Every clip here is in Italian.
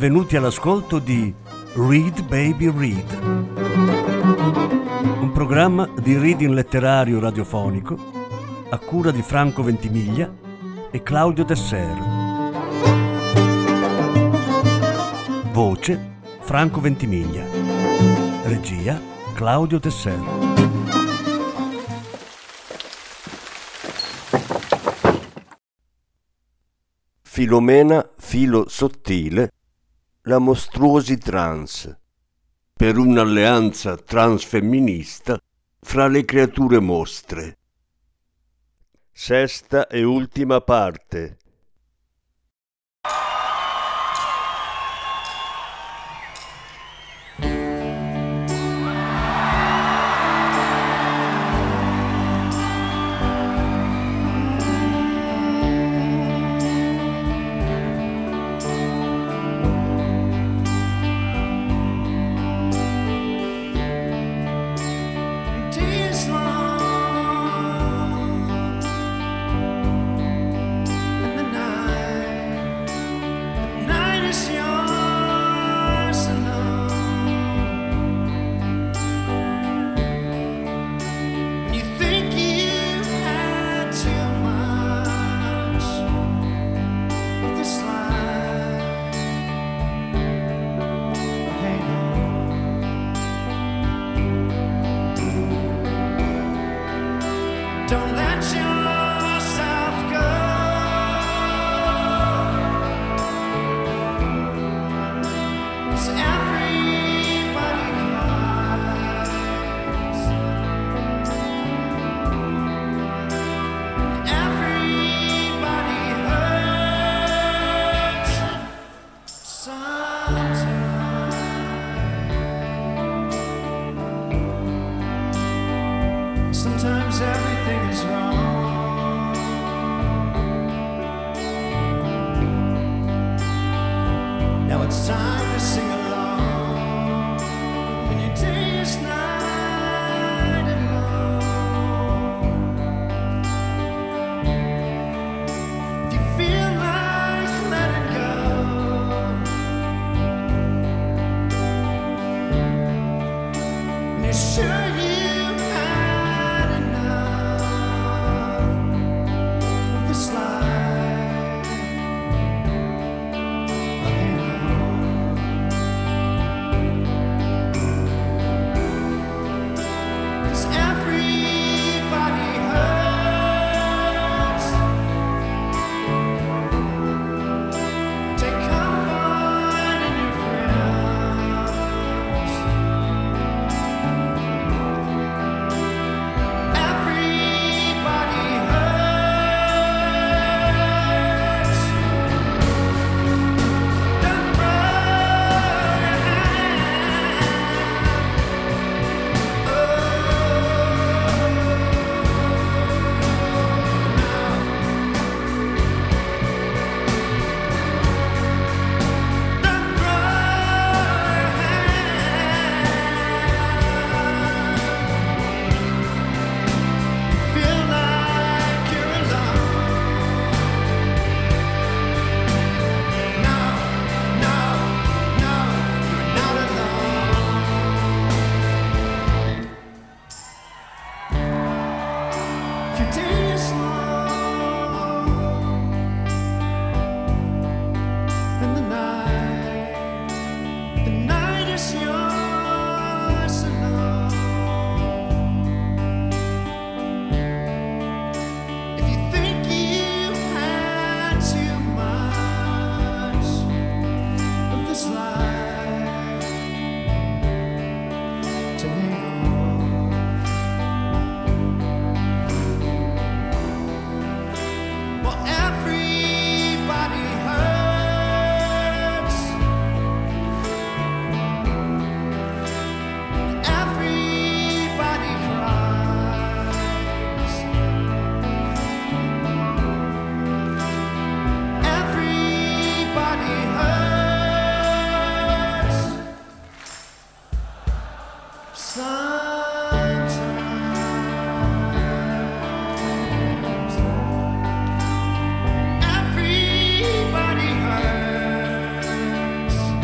benvenuti all'ascolto di Read Baby Read, un programma di reading letterario radiofonico a cura di Franco Ventimiglia e Claudio Desser. Voce Franco Ventimiglia. Regia Claudio Desser. Filomena Filo Sottile, la mostruosi trans, per un'alleanza transfemminista fra le creature mostre. Sesta e ultima parte. Sometimes everything is wrong. Now it's time to sing along. When your day is night and long. If you feel like letting go, when you're sure everybody hurts.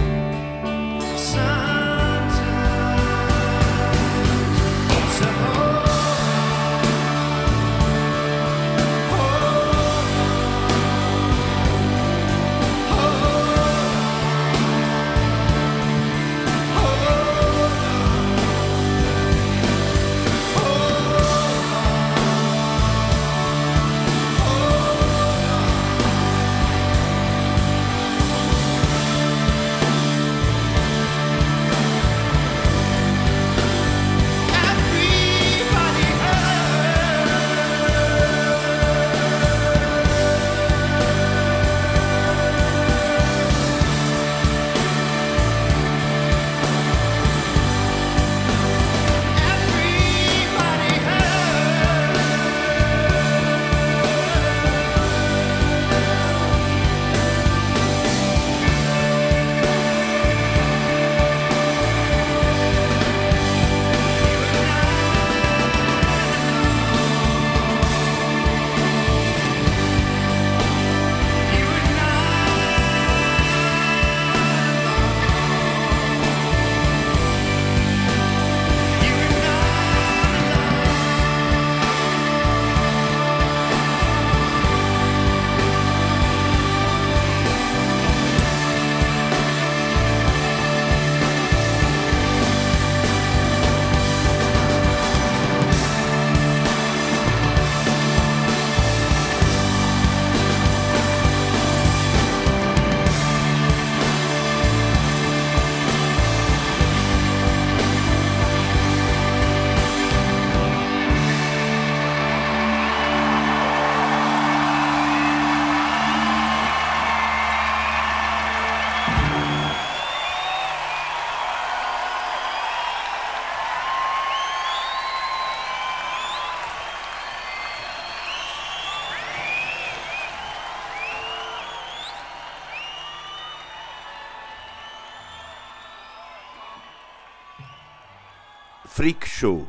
Freak Show.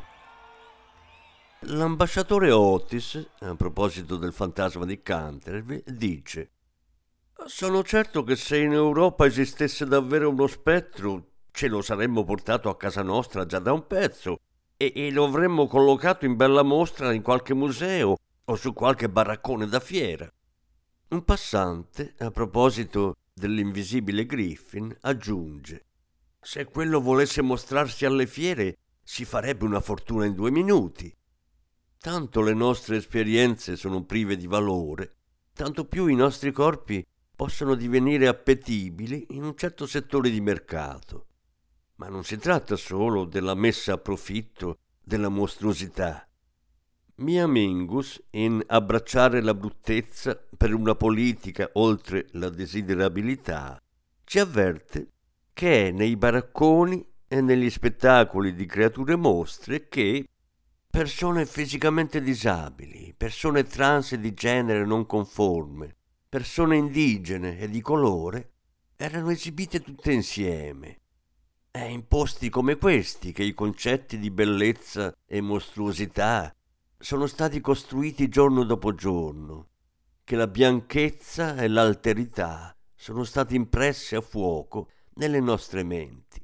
L'ambasciatore Otis, a proposito del fantasma di Canterville, dice: «Sono certo che se in Europa esistesse davvero uno spettro, ce lo saremmo portato a casa nostra già da un pezzo e lo avremmo collocato in bella mostra in qualche museo o su qualche baraccone da fiera». Un passante, a proposito dell'invisibile Griffin, aggiunge: «Se quello volesse mostrarsi alle fiere, si farebbe una fortuna in 2 minuti. Tanto le nostre esperienze sono prive di valore, tanto più i nostri corpi possono divenire appetibili in un certo settore di mercato. Ma non si tratta solo della messa a profitto della mostruosità. Mia Mingus, in Abbracciare la bruttezza per una politica oltre la desiderabilità, ci avverte che è nei baracconi e negli spettacoli di creature mostre che persone fisicamente disabili, persone trans e di genere non conforme, persone indigene e di colore erano esibite tutte insieme. È in posti come questi che i concetti di bellezza e mostruosità sono stati costruiti giorno dopo giorno, che la bianchezza e l'alterità sono stati impressi a fuoco nelle nostre menti.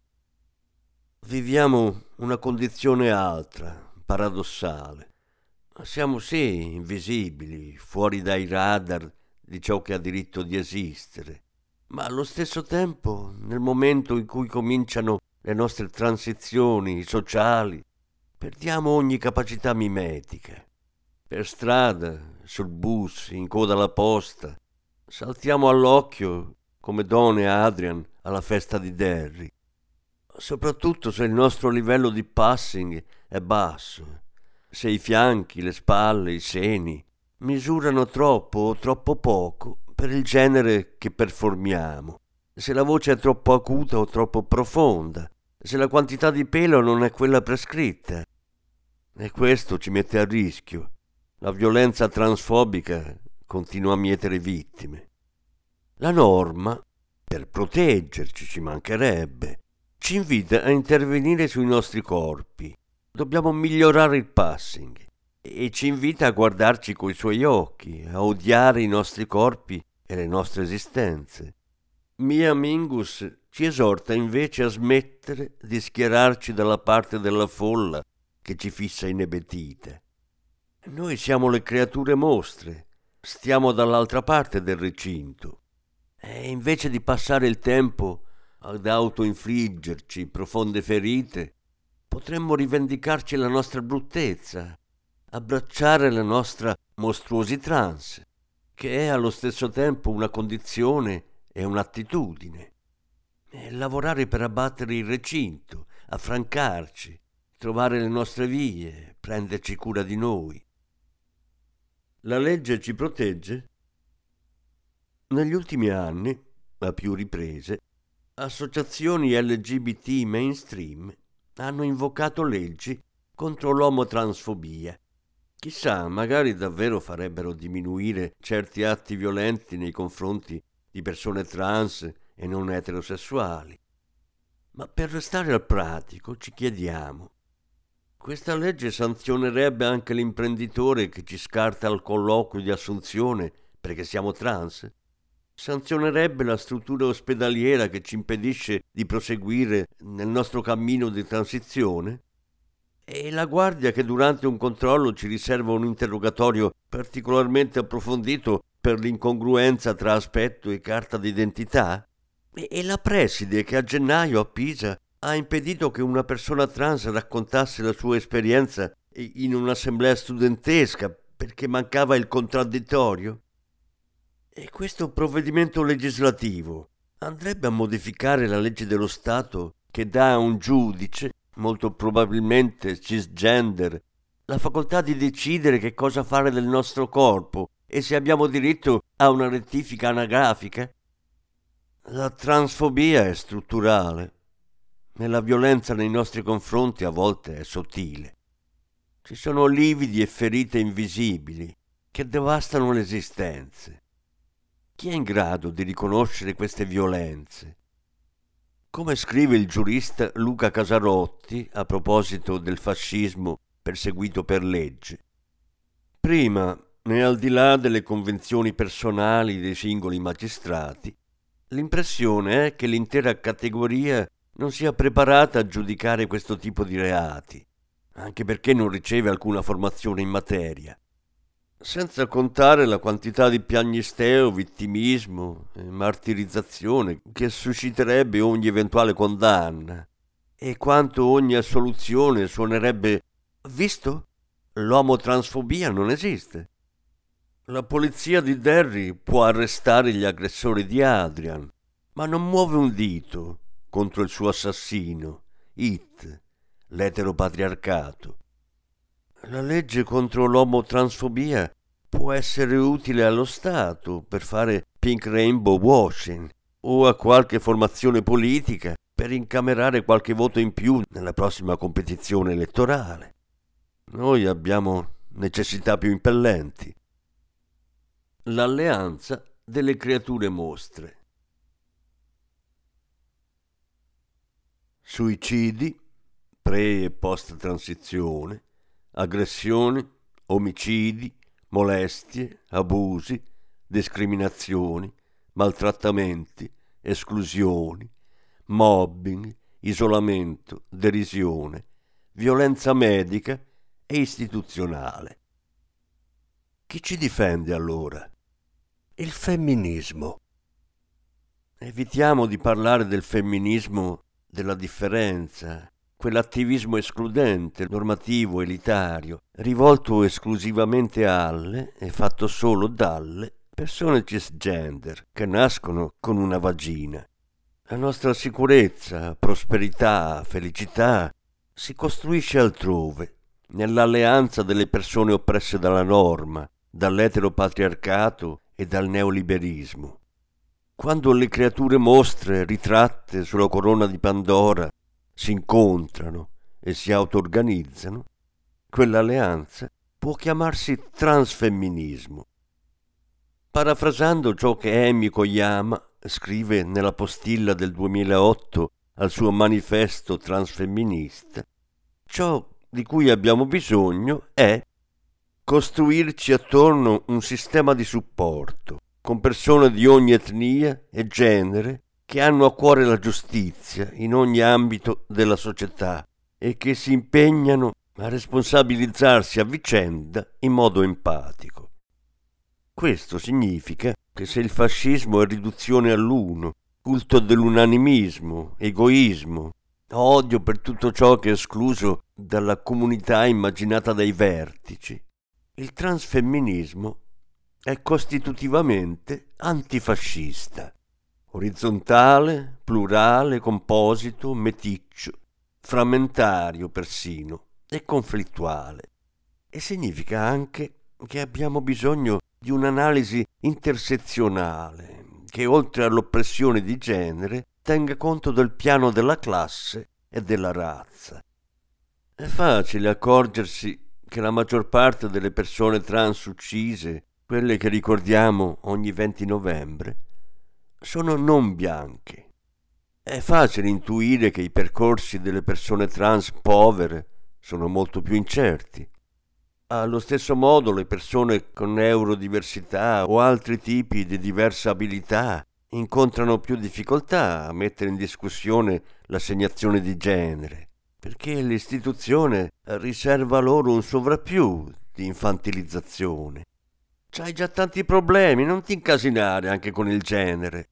Viviamo una condizione altra, paradossale. Siamo sì invisibili, fuori dai radar di ciò che ha diritto di esistere, ma allo stesso tempo, nel momento in cui cominciano le nostre transizioni sociali, perdiamo ogni capacità mimetica. Per strada, sul bus, in coda alla posta, saltiamo all'occhio come Don e Adrian alla festa di Derry, soprattutto se il nostro livello di passing è basso, se i fianchi, le spalle, i seni misurano troppo o troppo poco per il genere che performiamo, se la voce è troppo acuta o troppo profonda, se la quantità di pelo non è quella prescritta. E questo ci mette a rischio. La violenza transfobica continua a mietere vittime. La norma, per proteggerci, ci mancherebbe, ci invita a intervenire sui nostri corpi. Dobbiamo migliorare il passing e ci invita a guardarci coi suoi occhi, a odiare i nostri corpi e le nostre esistenze. Mia Mingus ci esorta invece a smettere di schierarci dalla parte della folla che ci fissa inebetita. Noi siamo le creature mostre, stiamo dall'altra parte del recinto e invece di passare il tempo ad autoinfliggerci profonde ferite, potremmo rivendicarci la nostra bruttezza, abbracciare la nostra mostruosi trans, che è allo stesso tempo una condizione e un'attitudine, e lavorare per abbattere il recinto, affrancarci, trovare le nostre vie, prenderci cura di noi. La legge ci protegge? Negli ultimi anni, a più riprese, associazioni LGBT mainstream hanno invocato leggi contro l'omotransfobia. Chissà, magari davvero farebbero diminuire certi atti violenti nei confronti di persone trans e non eterosessuali. Ma per restare al pratico ci chiediamo: questa legge sanzionerebbe anche l'imprenditore che ci scarta al colloquio di assunzione perché siamo trans? Sanzionerebbe la struttura ospedaliera che ci impedisce di proseguire nel nostro cammino di transizione? E la guardia che durante un controllo ci riserva un interrogatorio particolarmente approfondito per l'incongruenza tra aspetto e carta d'identità? E la preside che a gennaio a Pisa ha impedito che una persona trans raccontasse la sua esperienza in un'assemblea studentesca perché mancava il contraddittorio? E questo provvedimento legislativo andrebbe a modificare la legge dello Stato che dà a un giudice, molto probabilmente cisgender, la facoltà di decidere che cosa fare del nostro corpo e se abbiamo diritto a una rettifica anagrafica? La transfobia è strutturale e la violenza nei nostri confronti a volte è sottile. Ci sono lividi e ferite invisibili che devastano le esistenze. Chi è in grado di riconoscere queste violenze? Come scrive il giurista Luca Casarotti a proposito del fascismo perseguito per legge: prima, e al di là delle convenzioni personali dei singoli magistrati, l'impressione è che l'intera categoria non sia preparata a giudicare questo tipo di reati, anche perché non riceve alcuna formazione in materia. Senza contare la quantità di piagnisteo, vittimismo e martirizzazione che susciterebbe ogni eventuale condanna, e quanto ogni assoluzione suonerebbe «Visto? L'omotransfobia non esiste». La polizia di Derry può arrestare gli aggressori di Adrian, ma non muove un dito contro il suo assassino, It, l'eteropatriarcato. La legge contro l'omotransfobia può essere utile allo Stato per fare pink rainbow washing o a qualche formazione politica per incamerare qualche voto in più nella prossima competizione elettorale. Noi abbiamo necessità più impellenti. L'alleanza delle creature mostre. Suicidi, pre- e post-transizione, aggressioni, omicidi, molestie, abusi, discriminazioni, maltrattamenti, esclusioni, mobbing, isolamento, derisione, violenza medica e istituzionale. Chi ci difende allora? Il femminismo. Evitiamo di parlare del femminismo della differenza, quell'attivismo escludente, normativo, elitario, rivolto esclusivamente alle e fatto solo dalle persone cisgender che nascono con una vagina. La nostra sicurezza, prosperità, felicità si costruisce altrove, nell'alleanza delle persone oppresse dalla norma, dall'eteropatriarcato e dal neoliberismo. Quando le creature mostre ritratte sulla corona di Pandora si incontrano e si auto-organizzano, quell'alleanza può chiamarsi transfemminismo. Parafrasando ciò che Amy Koyama scrive nella postilla del 2008 al suo manifesto transfemminista, ciò di cui abbiamo bisogno è costruirci attorno un sistema di supporto, con persone di ogni etnia e genere che hanno a cuore la giustizia in ogni ambito della società e che si impegnano a responsabilizzarsi a vicenda in modo empatico. Questo significa che se il fascismo è riduzione all'uno, culto dell'unanimismo, egoismo, odio per tutto ciò che è escluso dalla comunità immaginata dai vertici, il transfemminismo è costitutivamente antifascista, orizzontale, plurale, composito, meticcio, frammentario persino e conflittuale. E significa anche che abbiamo bisogno di un'analisi intersezionale che, oltre all'oppressione di genere, tenga conto del piano della classe e della razza. È facile accorgersi che la maggior parte delle persone trans uccise, quelle che ricordiamo ogni 20 novembre, sono non bianche. È facile intuire che i percorsi delle persone trans povere sono molto più incerti. Allo stesso modo le persone con neurodiversità o altri tipi di diversa abilità incontrano più difficoltà a mettere in discussione l'assegnazione di genere, perché l'istituzione riserva loro un sovrappiù di infantilizzazione. C'hai già tanti problemi, non ti incasinare anche con il genere.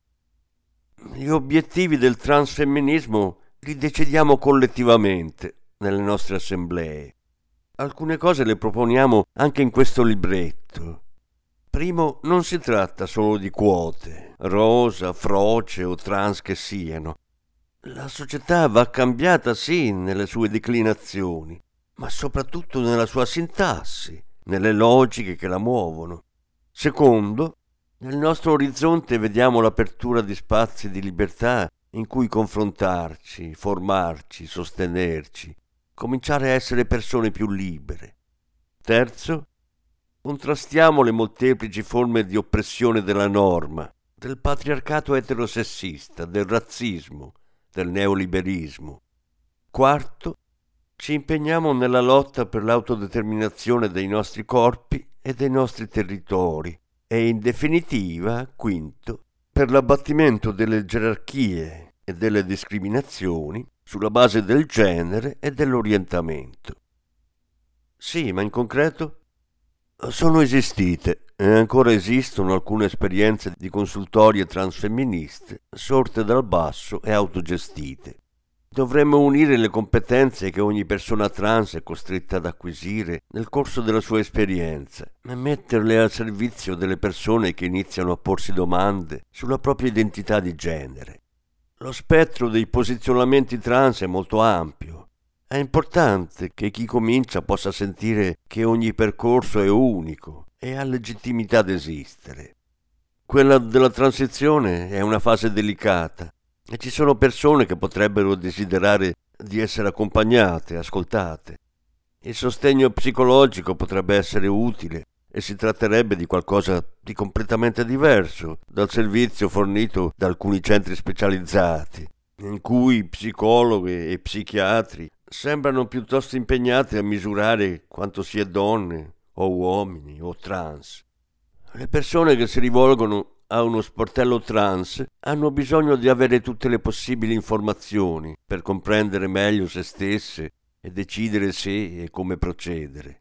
Gli obiettivi del transfemminismo li decidiamo collettivamente nelle nostre assemblee. Alcune cose le proponiamo anche in questo libretto. Primo, non si tratta solo di quote, rosa, froce o trans che siano. La società va cambiata sì nelle sue declinazioni, ma soprattutto nella sua sintassi, nelle logiche che la muovono. Secondo, nel nostro orizzonte vediamo l'apertura di spazi di libertà in cui confrontarci, formarci, sostenerci, cominciare a essere persone più libere. Terzo, contrastiamo le molteplici forme di oppressione della norma, del patriarcato eterosessista, del razzismo, del neoliberismo. Quarto, ci impegniamo nella lotta per l'autodeterminazione dei nostri corpi e dei nostri territori e in definitiva, quinto, per l'abbattimento delle gerarchie e delle discriminazioni sulla base del genere e dell'orientamento. Sì, ma in concreto? Sono esistite e ancora esistono alcune esperienze di consultorie transfemministe sorte dal basso e autogestite. Dovremmo unire le competenze che ogni persona trans è costretta ad acquisire nel corso della sua esperienza e metterle al servizio delle persone che iniziano a porsi domande sulla propria identità di genere. Lo spettro dei posizionamenti trans è molto ampio. È importante che chi comincia possa sentire che ogni percorso è unico e ha legittimità ad esistere. Quella della transizione è una fase delicata e ci sono persone che potrebbero desiderare di essere accompagnate, ascoltate. Il sostegno psicologico potrebbe essere utile e si tratterebbe di qualcosa di completamente diverso dal servizio fornito da alcuni centri specializzati, in cui psicologhi e psichiatri sembrano piuttosto impegnati a misurare quanto si è donne o uomini o trans. Le persone che si rivolgono a uno sportello trans hanno bisogno di avere tutte le possibili informazioni per comprendere meglio se stesse e decidere se e come procedere.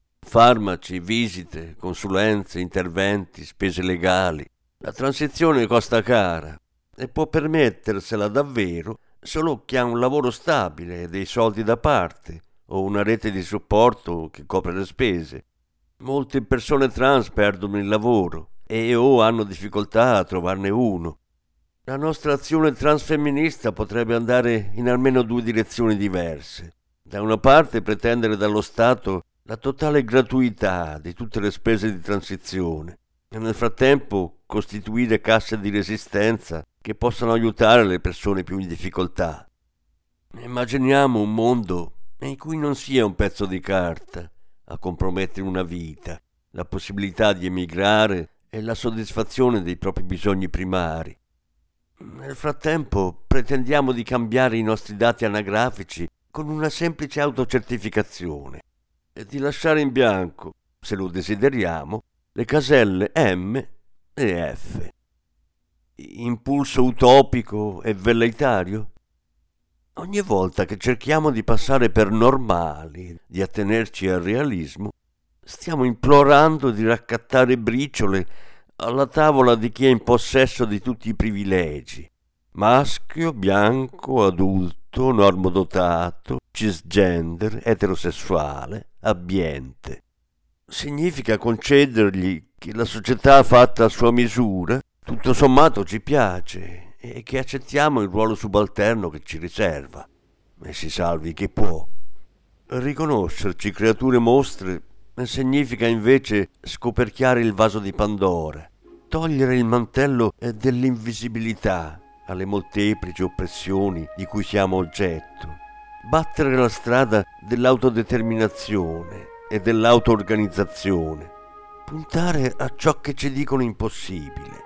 Farmaci, visite, consulenze, interventi, spese legali. La transizione costa cara e può permettersela davvero solo chi ha un lavoro stabile e dei soldi da parte o una rete di supporto che copre le spese. Molte persone trans perdono il lavoro e o hanno difficoltà a trovarne uno. La nostra azione transfemminista potrebbe andare in almeno due direzioni diverse. Da una parte pretendere dallo Stato la totale gratuità di tutte le spese di transizione e nel frattempo costituire casse di resistenza che possano aiutare le persone più in difficoltà. Immaginiamo un mondo in cui non sia un pezzo di carta a compromettere una vita, la possibilità di emigrare e la soddisfazione dei propri bisogni primari. Nel frattempo pretendiamo di cambiare i nostri dati anagrafici con una semplice autocertificazione e di lasciare in bianco, se lo desideriamo, le caselle M e F. Impulso utopico e velleitario? Ogni volta che cerchiamo di passare per normali, di attenerci al realismo, stiamo implorando di raccattare briciole alla tavola di chi è in possesso di tutti i privilegi. Maschio, bianco, adulto, normodotato, cisgender, eterosessuale, abbiente. Significa concedergli che la società fatta a sua misura tutto sommato ci piace e che accettiamo il ruolo subalterno che ci riserva. E si salvi chi può. Riconoscerci creature mostre significa invece scoperchiare il vaso di Pandora, togliere il mantello dell'invisibilità alle molteplici oppressioni di cui siamo oggetto, battere la strada dell'autodeterminazione e dell'auto-organizzazione, puntare a ciò che ci dicono impossibile.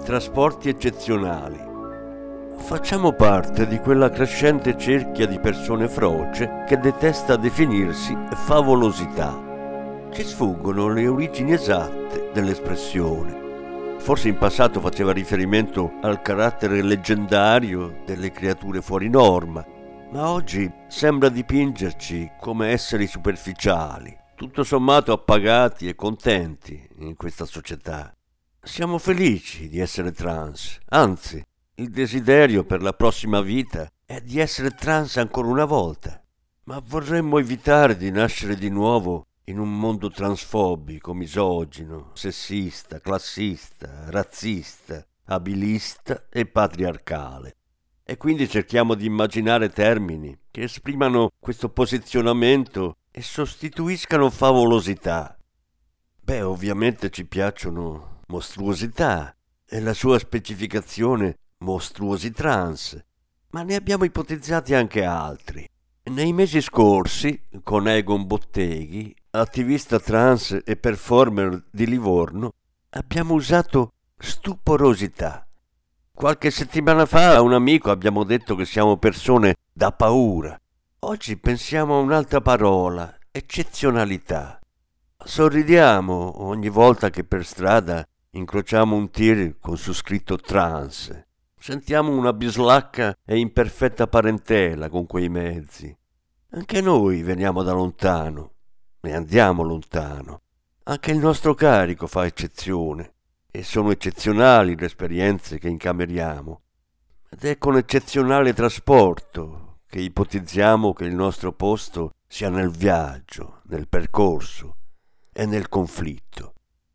trasporti eccezionali. Facciamo parte di quella crescente cerchia di persone froce che detesta definirsi favolosità. Ci sfuggono le origini esatte dell'espressione. Forse in passato faceva riferimento al carattere leggendario delle creature fuori norma, ma oggi sembra dipingerci come esseri superficiali, tutto sommato appagati e contenti in questa società. Siamo felici di essere trans, anzi, il desiderio per la prossima vita è di essere trans ancora una volta, ma vorremmo evitare di nascere di nuovo in un mondo transfobico, misogino, sessista, classista, razzista, abilista e patriarcale. E quindi cerchiamo di immaginare termini che esprimano questo posizionamento e sostituiscano favolosità. Beh, ovviamente ci piacciono mostruosità e la sua specificazione mostruosi trans, ma ne abbiamo ipotizzati anche altri. Nei mesi scorsi, con Egon Botteghi, attivista trans e performer di Livorno, abbiamo usato stuporosità. Qualche settimana fa a un amico abbiamo detto che siamo persone da paura. Oggi pensiamo a un'altra parola, eccezionalità. Sorridiamo ogni volta che per strada incrociamo un tir con su scritto trans. Sentiamo una bislacca e imperfetta parentela con quei mezzi. Anche noi veniamo da lontano e andiamo lontano. Anche il nostro carico fa eccezione e sono eccezionali le esperienze che incameriamo. Ed è con eccezionale trasporto che ipotizziamo che il nostro posto sia nel viaggio, nel percorso e nel conflitto.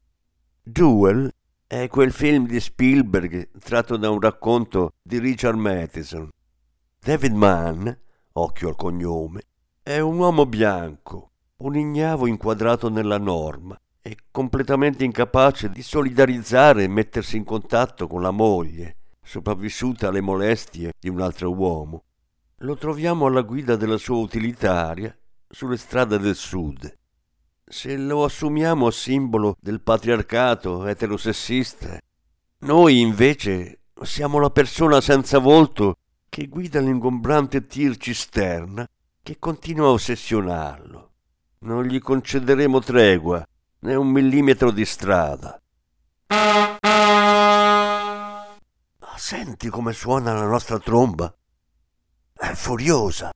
Duel è quel film di Spielberg tratto da un racconto di Richard Matheson. David Mann, occhio al cognome, è un uomo bianco, un ignavo inquadrato nella norma e completamente incapace di solidarizzare e mettersi in contatto con la moglie, sopravvissuta alle molestie di un altro uomo. Lo troviamo alla guida della sua utilitaria sulle strade del sud. Se lo assumiamo a simbolo del patriarcato eterosessista, noi invece siamo la persona senza volto che guida l'ingombrante tir cisterna che continua a ossessionarlo. Non gli concederemo tregua, né un millimetro di strada. Senti come suona la nostra tromba? È furiosa.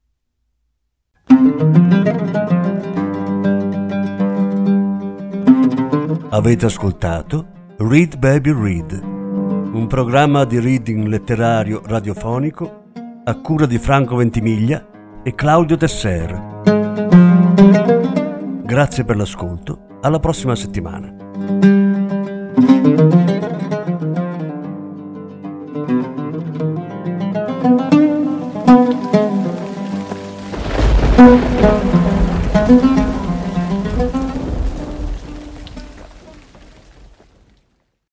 Avete ascoltato Read Baby Read, un programma di reading letterario radiofonico a cura di Franco Ventimiglia e Claudio Tesser. Grazie per l'ascolto, alla prossima settimana.